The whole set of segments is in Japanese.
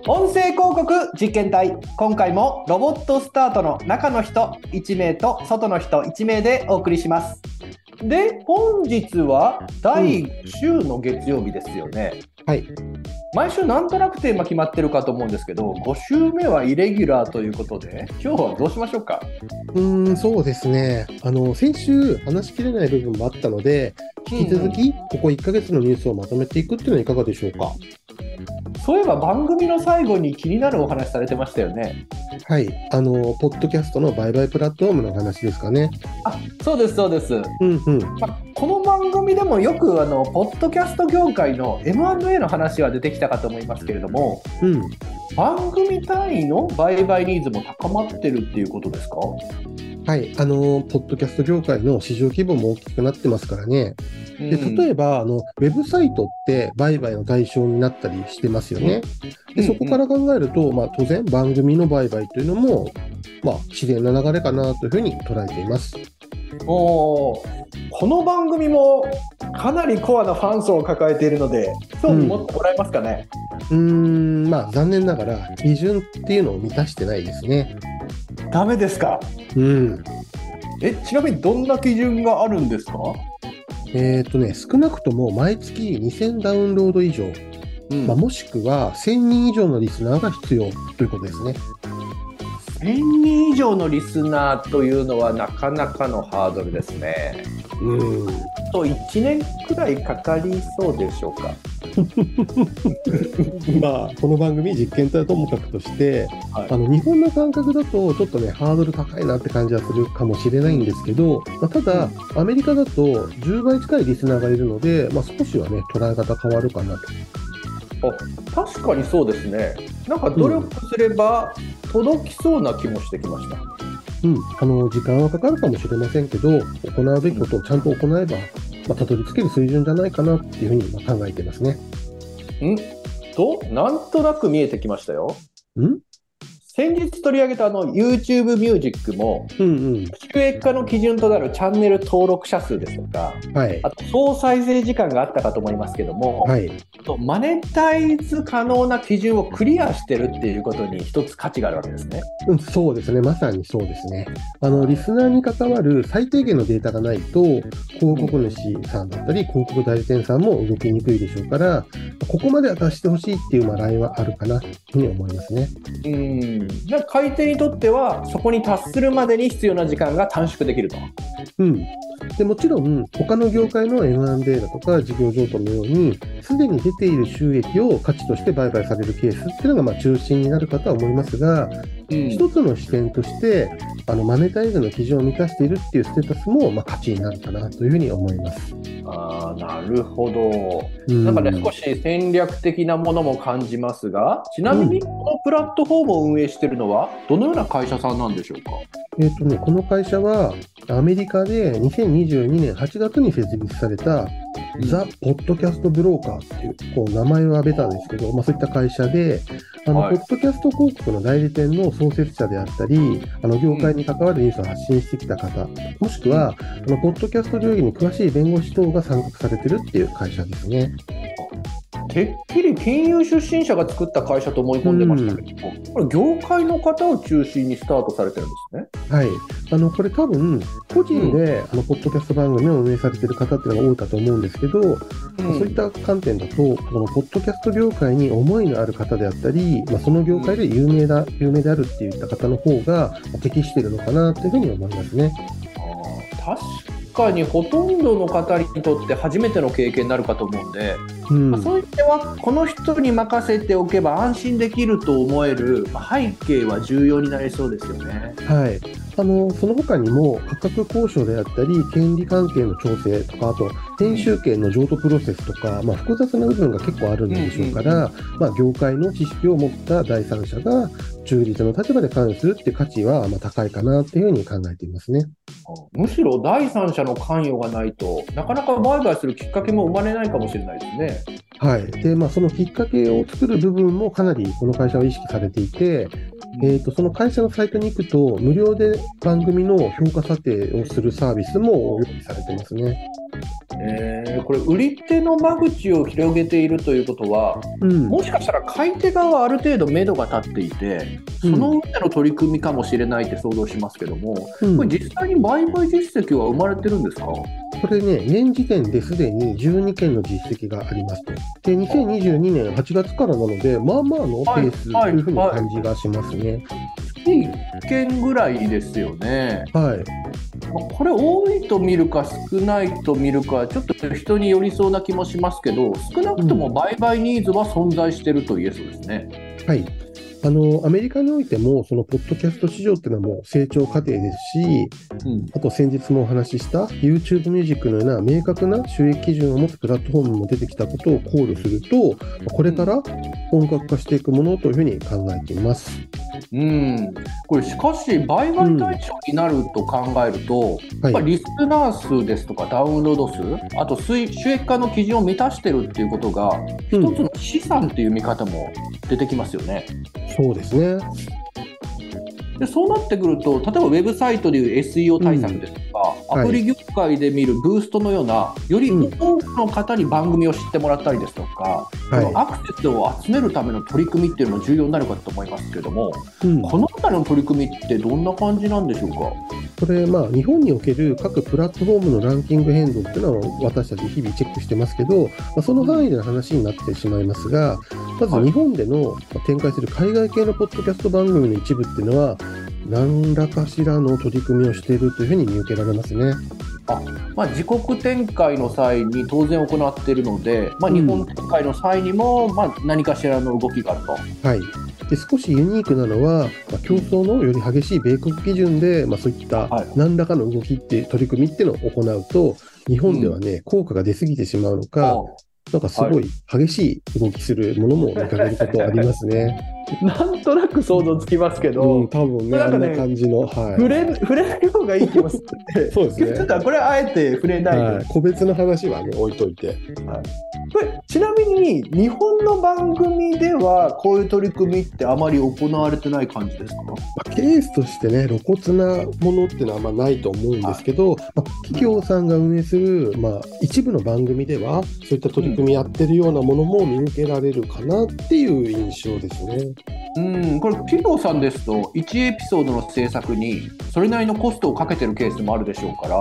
音声広告実験隊、今回もロボットスタートの中の人1名と外の人1名でお送りします。で、本日は第5週の月曜日ですよね。 はい。 毎週なんとなくテーマ決まってるかと思うんですけど、5週目はイレギュラーということで、今日はどうしましょうか。 そうですね。先週話しきれない部分もあったので、引き続きここ1ヶ月のニュースをまとめていくっていうのはいかがでしょうか。 そういえば番組の最後に気になるお話されてましたよね。 はい。ポッドキャストの売買プラットフォームの話ですかね。 あ、そうですそうです。 うんうん。 この番組でもよくポッドキャスト業界の M&A の話は出てきたかと思いますけれども、番組単位の売買ニーズも高まってるっていうことですか？ はい。ポッドキャスト業界の市場規模も大きくなってますからね。で、例えば、ウェブサイトって売買の対象になったりしてますよね。で、そこから考えると、当然番組の売買というのも、自然な流れかなというふうに捉えています。 この番組もかなりコアなファン層を抱えているので、興味持ってもらえますかね？ 残念ながら基準っていうのを満たしてないですね。 ダメですか？ちなみにどんな基準があるんですか？ 少なくとも毎月2000ダウンロード以上、もしくは1000人以上のリスナーが必要ということですね。 1000人以上のリスナーというのはなかなかのハードルですね。1年くらいかかりそうでしょうか。 この番組実験とはともかくとして、日本の感覚だとちょっとねハードル高いなって感じはするかもしれないんですけど、ただアメリカだと10倍近いリスナーがいるので、少しはね捉え方変わるかなと。 確かにそうですね。なんか努力すれば届きそうな気もしてきました。 時間はかかるかもしれませんけど、行うべきことをちゃんと行えば、たどり着ける水準じゃないかなっていうふうに考えていますね。 なんとなく見えてきましたよ。先日取り上げたYouTube ミュージックも、収益化の基準となるチャンネル登録者数ですとか、あと総再生時間があったかと思いますけども、マネタイズ可能な基準をクリアしてるっていうことに一つ価値があるわけですね。 そうですね。まさにそうですね。リスナーに関わる最低限のデータがないと、広告主さんだったり、広告代理店さんも動きにくいでしょうから、ここまでは達してほしいっていうラインはあるかなというふうに思いますね。 買い手にとってはそこに達するまでに必要な時間が短縮できると。 でもちろん他の業界の M&A だとか事業譲渡のようにすでに出ている収益を価値として売買されるケースっていうのが中心になるかとは思いますが、一つの視点としてマネタイズの基準を満たしているっていうステータスも価値になるかなというふうに思います。 なるほど。なんかね、少し戦略的なものも感じますが、ちなみにこのプラットフォームを運営しているのはどのような会社さんなんでしょうか？ この会社はアメリカで2022年8月に設立されたザ・ポッドキャストブローカーっていう、名前はベタですけど、そういった会社で、ポッドキャスト広告の代理店の創設者であったり、業界に関わるニュースを発信してきた方、もしくは、ポッドキャスト領域に詳しい弁護士等が参画されてるっていう会社ですね。 てっきり金融出身者が作った会社と思い込んでましたけど、これ業界の方を中心にスタートされてるんですね。 はい。これ多分、個人で、ポッドキャスト番組を運営されている方っていうのが多いかと思うんですけど、そういった観点だと、このポッドキャスト業界に思いのある方であったり、その業界で有名であるっていった方の方が適しているのかなというふうに思いますね。 確かにほとんどの方にとって初めての経験になるかと思うんで、そういう意味ではこの人に任せておけば安心できると思える背景は重要になりそうですよね。 その他にも価格交渉であったり権利関係の調整とか、あと編集権の譲渡プロセスとか、複雑な部分が結構あるんでしょうから、業界の知識を持った第三者が中立の立場で関与するっていう価値は高いかなっていうふうに考えていますね。 むしろ第三者の関与がないとなかなか売買するきっかけも生まれないかもしれないですね。 で、そのきっかけを作る部分もかなりこの会社は意識されていて、その会社のサイトに行くと無料で番組の評価査定をするサービスも用意されてますね。 これ売り手の間口を広げているということは、もしかしたら買い手側はある程度目処が立っていて、その上での取り組みかもしれないって想像しますけども、これ実際に売買実績は生まれてるんですか？ これね、現時点ですでに12件の実績がありますと。で、2022年8月からなので、まあまあのペースというふうに感じがしますね。 1件ぐらいですよね。 はい。 これ多いと見るか少ないと見るかちょっと人によりそうな気もしますけど、少なくとも売買ニーズは存在していると言えそうですね。 はい。アメリカにおいても、そのポッドキャスト市場っていうのはもう成長過程ですし、あと先日もお話しした YouTube ミュージックのような明確な収益基準を持つプラットフォームも出てきたことを考慮すると、これから本格化していくものというふうに考えています。 これしかし売買対象になると考えると、リスナー数ですとかダウンロード数、あと収益化の基準を満たしてるっていうことが、一つの資産っていう見方も出てきますよね。 そうですね。 でそうなってくると、例えばウェブサイトでいう SEO 対策ですとか、アプリ業界で見るブーストのような、より多くの方に番組を知ってもらったりですとか、アクセスを集めるための取り組みっていうのも重要になるかと思いますけれども、この辺りの取り組みってどんな感じなんでしょうか？ これ、日本における各プラットフォームのランキング変動っていうのは私たち日々チェックしてますけど、その範囲での話になってしまいますが、まず日本での展開する海外系のポッドキャスト番組の一部っていうのは、何らかしらの取り組みをしているというふうに見受けられますね。 自国展開の際に当然行っているので、日本展開の際にも何かしらの動きがあると。 で少しユニークなのは、競争のより激しい米国基準で、そういった何らかの動きって取り組みっていうのを行うと、日本ではね、効果が出過ぎてしまうのか、なんかすごい激しい動きするものも見かけることありますね。 なんとなく想像つきますけど、 多分ね、あんな感じの、 触れない方がいい気もするそうですね。 ちょっとこれあえて触れないで、 個別の話はね、置いといて。 これちなみに日本の番組ではこういう取り組みってあまり行われてない感じですか？ ケースとしてね、露骨なものっていうのはないと思うんですけど、企業さんが運営する、一部の番組ではそういった取り組みやってるようなものも見受けられるかなっていう印象ですね。 これ企業さんですと1エピソードの制作にそれなりのコストをかけてるケースもあるでしょうから、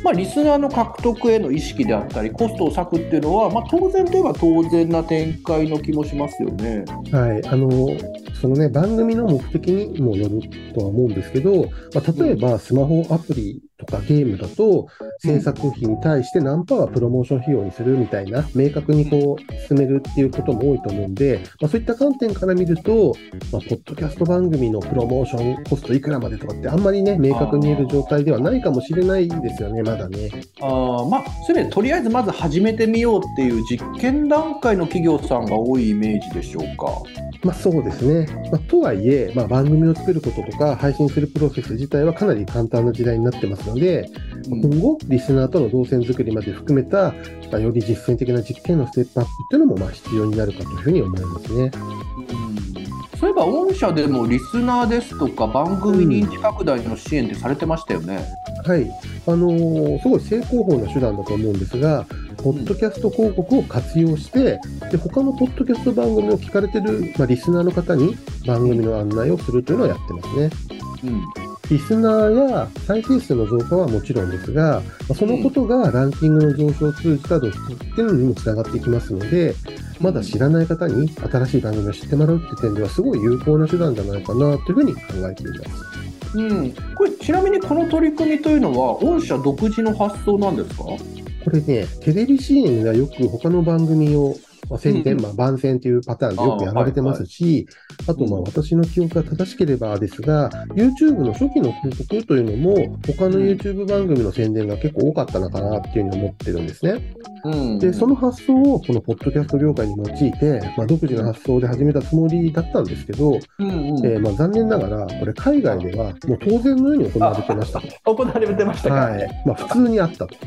リスナーの獲得への意識であったりコストを割くっていうのは、当然といえば当然な展開の気もしますよね。 そのね、番組の目的にもよるとは思うんですけど、例えばスマホアプリとかゲームだと制作費に対して何パープロモーション費用にするみたいな明確に進めるっていうことも多いと思うんで、そういった観点から見ると、ポッドキャスト番組のプロモーションコストいくらまでとかってあんまりね明確に言える状態ではないかもしれないですよね、まだね。 それでとりあえずまず始めてみようっていう実験段階の企業さんが多いイメージでしょうか？ そうですね。とはいえ、番組を作ることとか配信するプロセス自体はかなり簡単な時代になってますので、今後リスナーとの動線作りまで含めたより実践的な実験のステップアップっていうのも必要になるかというふうに思いますね。 そういえば御社でもリスナーですとか番組認知拡大の支援ってされてましたよね。 すごい正攻法な手段だと思うんですが、ポッドキャスト広告を活用して、で他のポッドキャスト番組を聞かれている、リスナーの方に番組の案内をするというのをやってますね。リスナーや再生数の増加はもちろんですが、そのことがランキングの上昇を通じた露出っていうのにもつながっていきますので、まだ知らない方に新しい番組を知ってもらうっていう点ではすごい有効な手段じゃないかなというふうに考えています。 これちなみにこの取り組みというのは御社独自の発想なんですか？ これね、テレビ CM がよく他の番組を宣伝、番宣というパターンでよくやられてますし、あと私の記憶が正しければですが、YouTube の初期の広告というのも他の YouTube 番組の宣伝が結構多かったのかなっていうふうに思ってるんですね。でその発想をこのポッドキャスト業界に用いて、独自の発想で始めたつもりだったんですけど、残念ながらこれ海外ではもう当然のように行われてましたと。 行われてましたか？ 普通にあったと。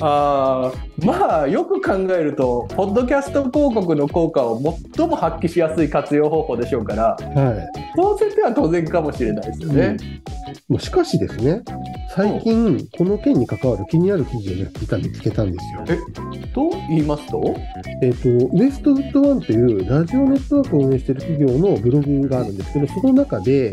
よく考えるとポッドキャスト広告の効果を最も発揮しやすい活用方法でしょうから、当然では当然かもしれないですよね。 しかしですね、 最近、この件に関わる気になる記事をね、実は見つけたんですよ。 と言いますと、 ウエストウッドワンというラジオネットワークを運営している企業のブログがあるんですけど、その中で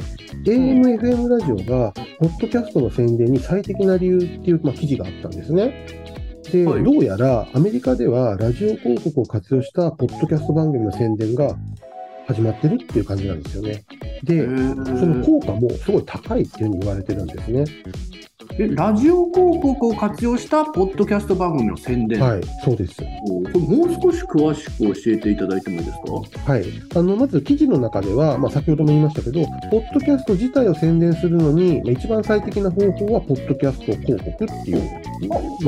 AM、FM ラジオがポッドキャストの宣伝に最適な理由っていう、記事があったんですね。で、どうやらアメリカではラジオ広告を活用したポッドキャスト番組の宣伝が始まってるっていう感じなんですよね。で、その効果もすごい高いっていうふうに言われてるんですね。 ラジオ広告を活用したポッドキャスト番組の宣伝。 はい、そうです。これもう少し詳しく教えていただいてもいいですか？ はい。まず記事の中では、先ほども言いましたけど、ポッドキャスト自体を宣伝するのに、一番最適な方法は、ポッドキャスト広告っていう、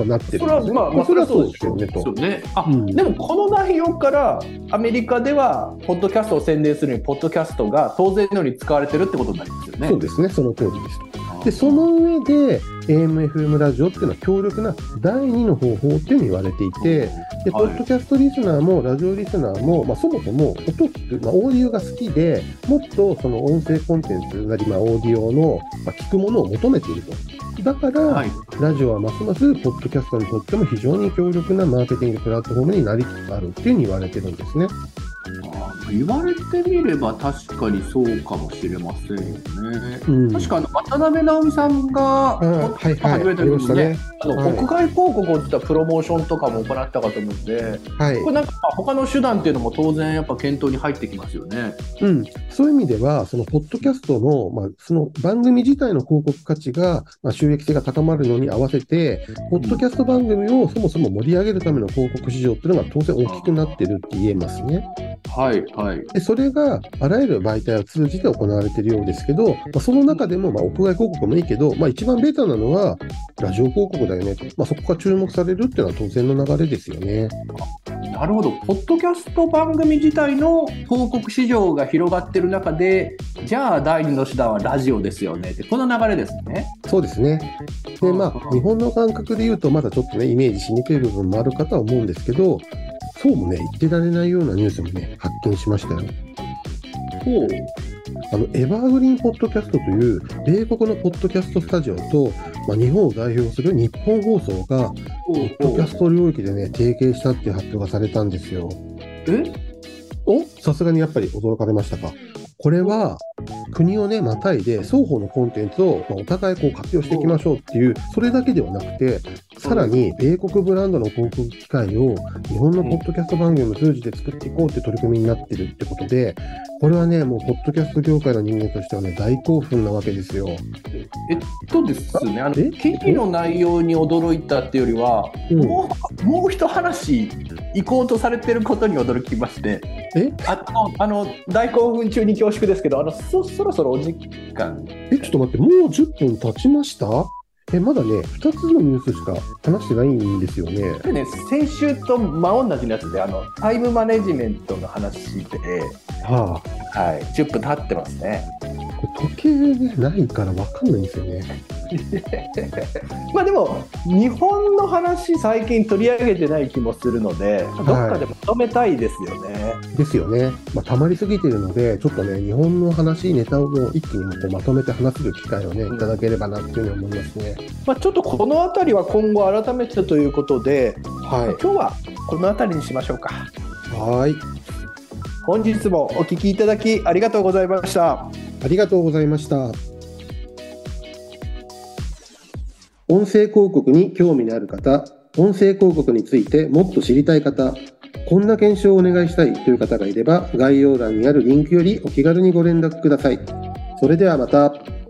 なってるんですね。 それはそうですよね、と。でも、この内容から、アメリカでは、ポッドキャストを宣伝するに、ポッドキャストが当然のように使われてるってことになりますよね。 そうですね、その通りです。で、その上で、AM、FM ラジオっていうのは強力な第2の方法っていうふうに言われていて、で、ポッドキャストリスナーもラジオリスナーも、そもそも音を聞く、オーディオが好きで、もっとその音声コンテンツなり、オーディオの、聞くものを求めていると。だから、ラジオはますますポッドキャストにとっても非常に強力なマーケティングプラットフォームになりつつあるっていうふうに言われてるんですね。 言われてみれば確かにそうかもしれませんよね。確か渡辺直美さんが始めた時にね、屋外広告を実はプロモーションとかも行ったかと思うんで、これなんか他の手段っていうのも当然やっぱ検討に入ってきますよね。 そういう意味では、そのポッドキャストの、その番組自体の広告価値が、収益性が高まるのに合わせて、ポッドキャスト番組をそもそも盛り上げるための広告市場っていうのが当然大きくなってるって言えますね。でそれがあらゆる媒体を通じて行われているようですけど、その中でも屋外広告もいいけど、一番ベタなのはラジオ広告だよねと、そこが注目されるっていうのは当然の流れですよね。 なるほど。ポッドキャスト番組自体の広告市場が広がってる中で、じゃあ第二の手段はラジオですよねって、この流れですね。 そうですね。で、日本の感覚で言うとまだちょっとねイメージしにくい部分もあるかとは思うんですけど、そうもね言ってられないようなニュースもね発見しましたよ。エバーグリーンポッドキャストという米国のポッドキャストスタジオと、日本を代表する日本放送がポッドキャスト領域でね提携したっていう発表がされたんですよ。さすがにやっぱり驚かれましたか？これは国をねまたいで双方のコンテンツをお互い活用していきましょうっていう、それだけではなくて、さらに米国ブランドの広告機会を日本のポッドキャスト番組を通じて作っていこうって取り組みになってるってことで、これはねもうポッドキャスト業界の人間としてはね大興奮なわけですよ。 ですね、記事の内容に驚いたっていうよりは、もう一話行こうとされてることに驚きまして、大興奮中に恐縮ですけど、そろそろお時間。 ちょっと待って、もう10分経ちました？まだね、2つのニュースしか話してないんですよね。 先週と同じのやつで、タイムマネジメントの話で、10分経ってますね。 時計ね、ないから分かんないんですよね。 でも日本の話最近取り上げてない気もするので、どっかでまとめたいですよね。 ですよね。溜まりすぎているので、ちょっとね日本の話ネタを一気にまとめて話せる機会をねいただければなっていうふうに思いますね。 ちょっとこの辺りは今後改めてということで、今日はこの辺りにしましょうか。本日もお聞きいただきありがとうございました。 ありがとうございました。音声広告に興味のある方、音声広告についてもっと知りたい方、こんな検証をお願いしたいという方がいれば、概要欄にあるリンクよりお気軽にご連絡ください。それではまた。